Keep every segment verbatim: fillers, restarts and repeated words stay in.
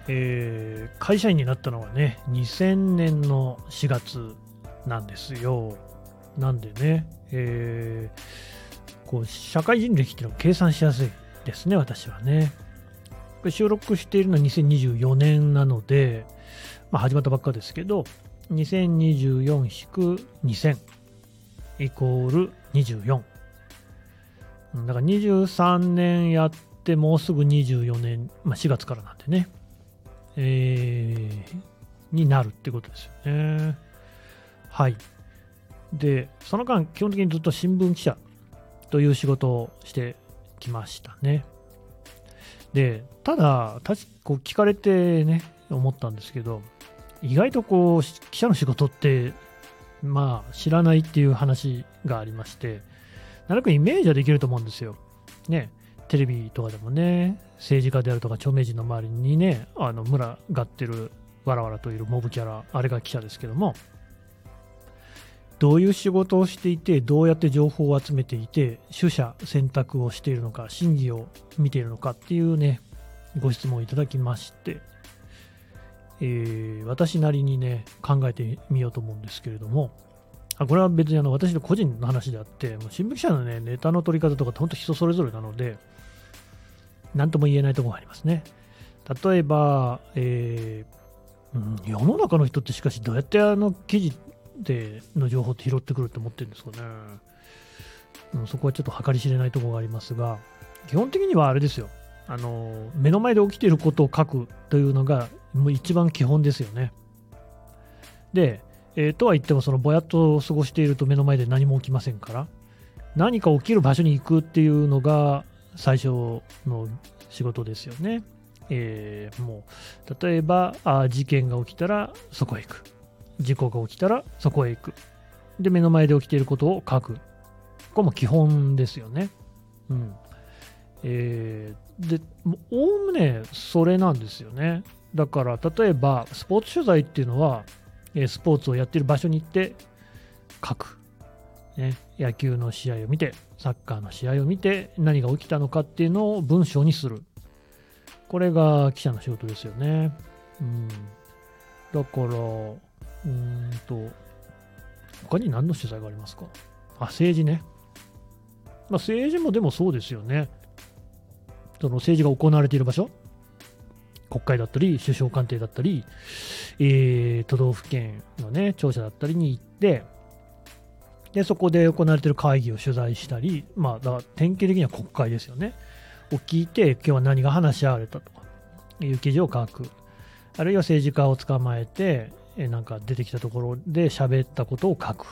えー会社員になったのはね、にせんねんのしがつなんですよ。なんでね、えーこう社会人歴っていうのを計算しやすいですね、私はね。これ収録しているのはにせんにじゅうよねんなので、まあ、始まったばっかですけど、にせんにじゅうよん引くにせんイコールにじゅうよん。うんだからにじゅうさんねんやってもうすぐにじゅうよねん、まあ、しがつからなんでね、えーになるってことですよね。はい。で、その間、基本的にずっと新聞記者という仕事をしてきましたね。で、ただ、たしこう聞かれてね、思ったんですけど、意外とこう、し記者の仕事って、まあ、知らないっていう話がありまして、なんとなくイメージはできると思うんですよ。ね、テレビとかでもね、政治家であるとか著名人の周りにね、あの群がってる、わらわらといるモブキャラ、あれが記者ですけども、どういう仕事をしていて、どうやって情報を集めていて、取捨選択をしているのか、真偽を見ているのかっていうね、ご質問をいただきまして、えー私なりにね、考えてみようと思うんですけれども、あこれは別にあの私の個人の話であって、もう新聞記者の、ね、ネタの取り方とかって本当人それぞれなので、何とも言えないところがありますね。例えば、えーうん、世の中の人ってしかしどうやってあの記事での情報って拾ってくるって思ってるんですかね。うん、そこはちょっと計り知れないところがありますが、基本的にはあれですよ。あの目の前で起きていることを書くというのがもう一番基本ですよね。で、えーとは言ってもそのぼやっと過ごしていると目の前で何も起きませんから、何か起きる場所に行くっていうのが最初の仕事ですよね。えーもう例えばあ事件が起きたらそこへ行く、事故が起きたらそこへ行く、で目の前で起きていることを書く、これも基本ですよね。うんえーでおおむねそれなんですよね。だから例えばスポーツ取材っていうのは、えースポーツをやっている場所に行って書く、ね、野球の試合を見て、サッカーの試合を見て、何が起きたのかっていうのを文章にする。これが記者の仕事ですよね。うん、だから、うーんと、他に何の取材がありますか？あ、政治ね。まあ、政治もでもそうですよね。その政治が行われている場所、国会だったり、首相官邸だったり、えー都道府県のね、庁舎だったりに行って、で、そこで行われている会議を取材したり、まあ、だから典型的には国会ですよね。を聞いて、今日は何が話し合われたとかいう記事を書く。あるいは政治家を捕まえて、えなんか出てきたところで喋ったことを書く。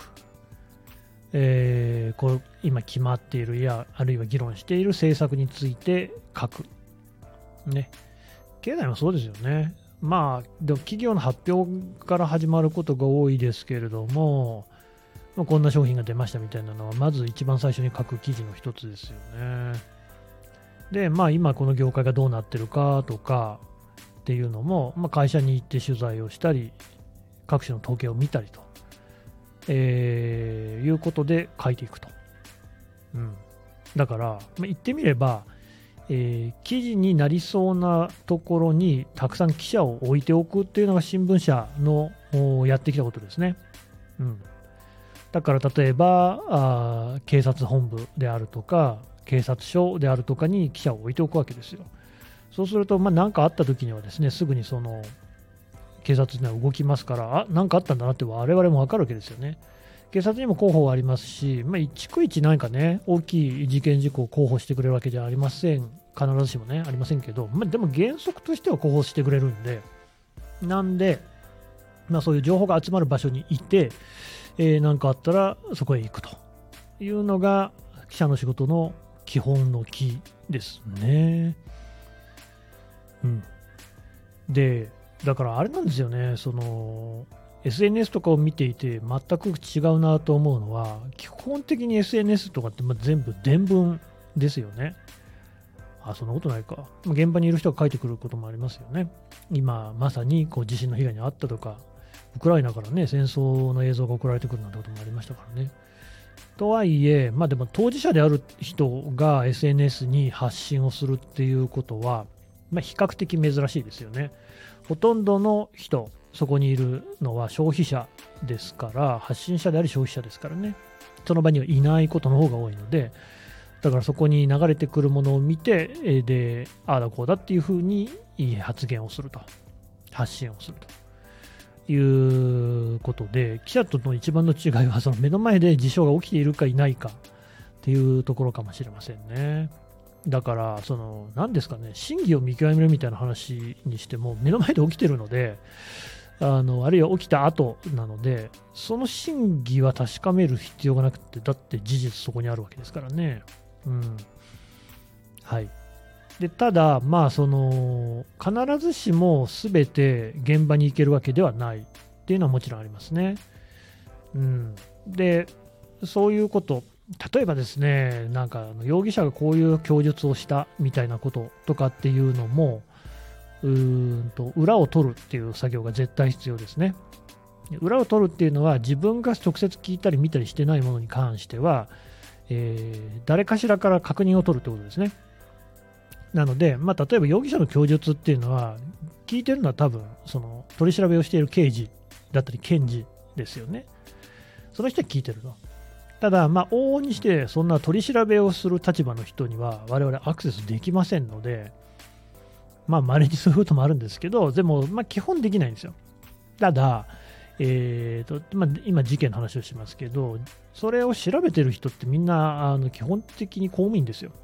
えーこれ今決まっているや、あるいは議論している政策について書く。ね。経済もそうですよね。まあ、でも企業の発表から始まることが多いですけれども、まあこんな商品が出ましたみたいなのは、まず一番最初に書く記事の一つですよね。で、まあ今この業界がどうなってるかとかっていうのも、まあ、会社に行って取材をしたり、各種の統計を見たりと、えーいうことで書いていくと。うん。だから、まあ、言ってみれば、えー記事になりそうなところにたくさん記者を置いておくっていうのが新聞社のおやってきたことですね。うん。だから例えばあー警察本部であるとか警察署であるとかに記者を置いておくわけですよ。そうすると、まあ、何かあった時にはですね、すぐにその警察には動きますから、あ、何かあったんだなって我々も分かるわけですよね。警察にも広報がありますし、まあ、逐一何かね、大きい事件事故を広報してくれるわけじゃありません。必ずしもね、ありませんけど、まあ、でも原則としては広報してくれるんで、なんで、まあ、そういう情報が集まる場所にいて、えー、何かあったらそこへ行くというのが記者の仕事の基本の木ですね。うん。で、だからあれなんですよね、その エスエヌエス とかを見ていて全く違うなと思うのは、基本的に エスエヌエス とかってまあ全部伝聞ですよね。あ、そんなことないか。現場にいる人が書いてくることもありますよね。今まさにこう地震の被害に遭ったとか、ウクライナからね、戦争の映像が送られてくるなんてこともありましたからね。とはいえ、まあでも当事者である人が エスエヌエス に発信をするっていうことは、まあ、比較的珍しいですよね。 ほとんどの人、そこにいるのは消費者ですから、発信者であり消費者ですからね、その場にはいないことの方が多いので、だからそこに流れてくるものを見て、で、ああだこうだっていうふうに発言をすると、発信をするということで、記者との一番の違いは、その目の前で事象が起きているかいないかっていうところかもしれませんね。だから、その、何ですかね、真偽を見極めるみたいな話にしても、目の前で起きてるので、あの、あるいは起きた後なので、その真偽は確かめる必要がなくて、だって事実そこにあるわけですからね。うん。はい。で、ただ、まあ、その、必ずしも全て現場に行けるわけではないっていうのはもちろんありますね。うん。で、そういうこと、例えばですね、なんか容疑者がこういう供述をしたみたいなこととかっていうのも、うーんと裏を取るっていう作業が絶対必要ですね。裏を取るっていうのは、自分が直接聞いたり見たりしてないものに関しては、えー誰かしらから確認を取るということですね。なので、まあ、例えば容疑者の供述っていうのは、聞いてるのは多分その取り調べをしている刑事だったり検事ですよね。その人は聞いてると。ただ、まあ、往々にしてそんな取り調べをする立場の人には我々アクセスできませんので、まあ、稀にそういうこともあるんですけど、でも、まあ、基本できないんですよ。ただ、えーとまあ、今、事件の話をしますけど、それを調べてる人ってみんなあの基本的に公務員ですよ。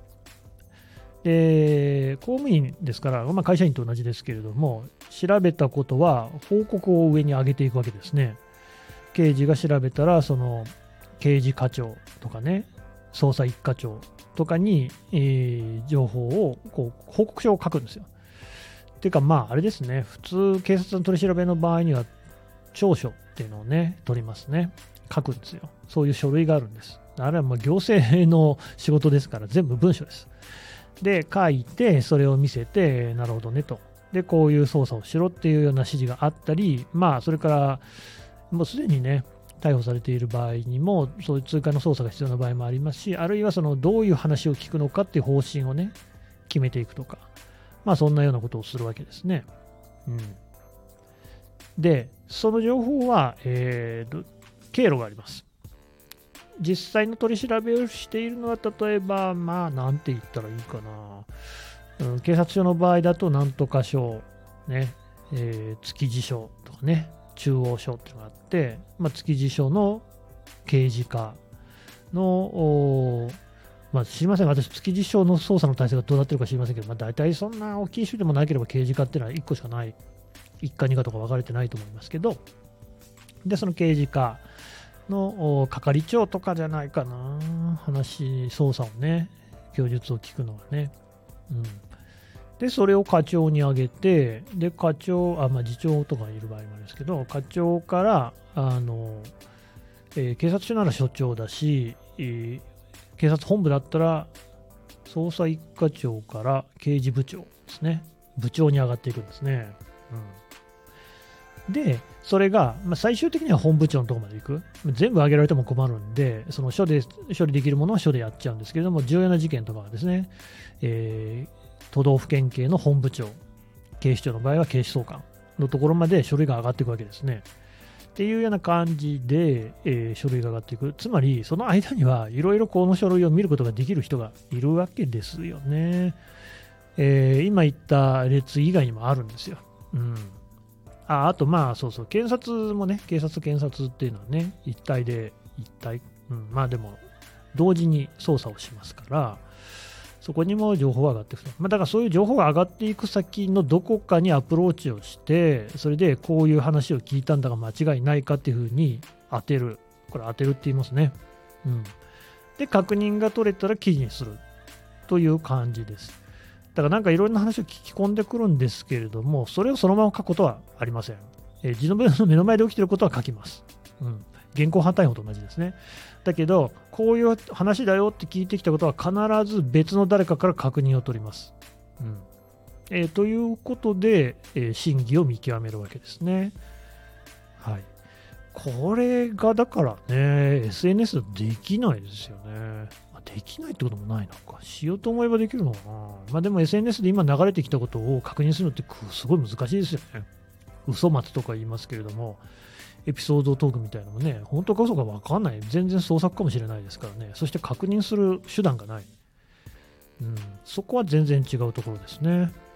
で、公務員ですから、まあ、会社員と同じですけれども、調べたことは報告を上に上げていくわけですね。刑事が調べたら、その刑事課長とかね、捜査一課長とかに、えー情報をこう報告書を書くんですよ。っていうか、まあ、あれですね、普通、警察の取り調べの場合には、調書っていうのをね、取りますね。書くんですよ。そういう書類があるんです。あれはもう行政の仕事ですから、全部文書です。で、書いて、それを見せて、なるほどねと。で、こういう操作をしろっていうような指示があったり、まあ、それから、もうすでにね、逮捕されている場合にも、そういう追加の捜査が必要な場合もありますし、あるいはそのどういう話を聞くのかっていう方針をね、決めていくとか、まあ、そんなようなことをするわけですね。うん。で、その情報は、えー、経路があります。実際の取り調べをしているのは、例えば、まあ、なんて言ったらいいかな、うん、警察署の場合だと、なんとか署、ね、えー、築地署とかね、中央署っていうのがあって、まあ、築地署の刑事課の、まあ、知りません、私、築地署の捜査の体制がどうなってるか知りませんけど、まあ、大体そんな大きい州でもなければ刑事課っていうのはいっこしかない、いっ課、に課とか分かれてないと思いますけど、で、その刑事課の係長とかじゃないかな、話、捜査をね、供述を聞くのはね。うん、で、それを課長に上げて、で、課長、あ、まあ、次長とかいる場合もあるんですけど、課長から、あの、えー警察署なら署長だし、えー警察本部だったら、捜査一課長から刑事部長ですね。部長に上がっていくんですね。うん、で、それが、まあ、最終的には本部長のところまで行く。全部上げられても困るんで、その署で処理できるものは署でやっちゃうんですけれども、重要な事件とかはですね、えー都道府県警の本部長、警視庁の場合は警視総監のところまで書類が上がっていくわけですね。っていうような感じで、えー書類が上がっていく。つまり、その間にはいろいろこの書類を見ることができる人がいるわけですよね。えー今言った列以外にもあるんですよ。うん。あ、あと、まあ、そうそう、検察もね、警察、検察っていうのはね、一体で、一体、うん、まあでも、同時に捜査をしますから、そこにも情報が上がっていくと。まあ、だからそういう情報が上がっていく先のどこかにアプローチをして、それでこういう話を聞いたんだが間違いないかっていうふうに当てる。これ当てるって言いますね。うん。で、確認が取れたら記事にするという感じです。だからなんかいろんな話を聞き込んでくるんですけれども、それをそのまま書くことはありません。えー自分の目の前で起きていることは書きます。うん。現行犯逮捕と同じですね。だけど、こういう話だよって聞いてきたことは必ず別の誰かから確認を取ります。うんえーということで、えー真偽を見極めるわけですね。はい。これがだからね、エスエヌエス できないですよね。 あ、できないってこともないのか。しようと思えばできるのかな。まあでも エスエヌエス で今流れてきたことを確認するのってすごい難しいですよね。嘘松とか言いますけれども、エピソードトークみたいなのもね、本当か嘘か分かんない。全然創作かもしれないですからね。そして確認する手段がない。うん、そこは全然違うところですね。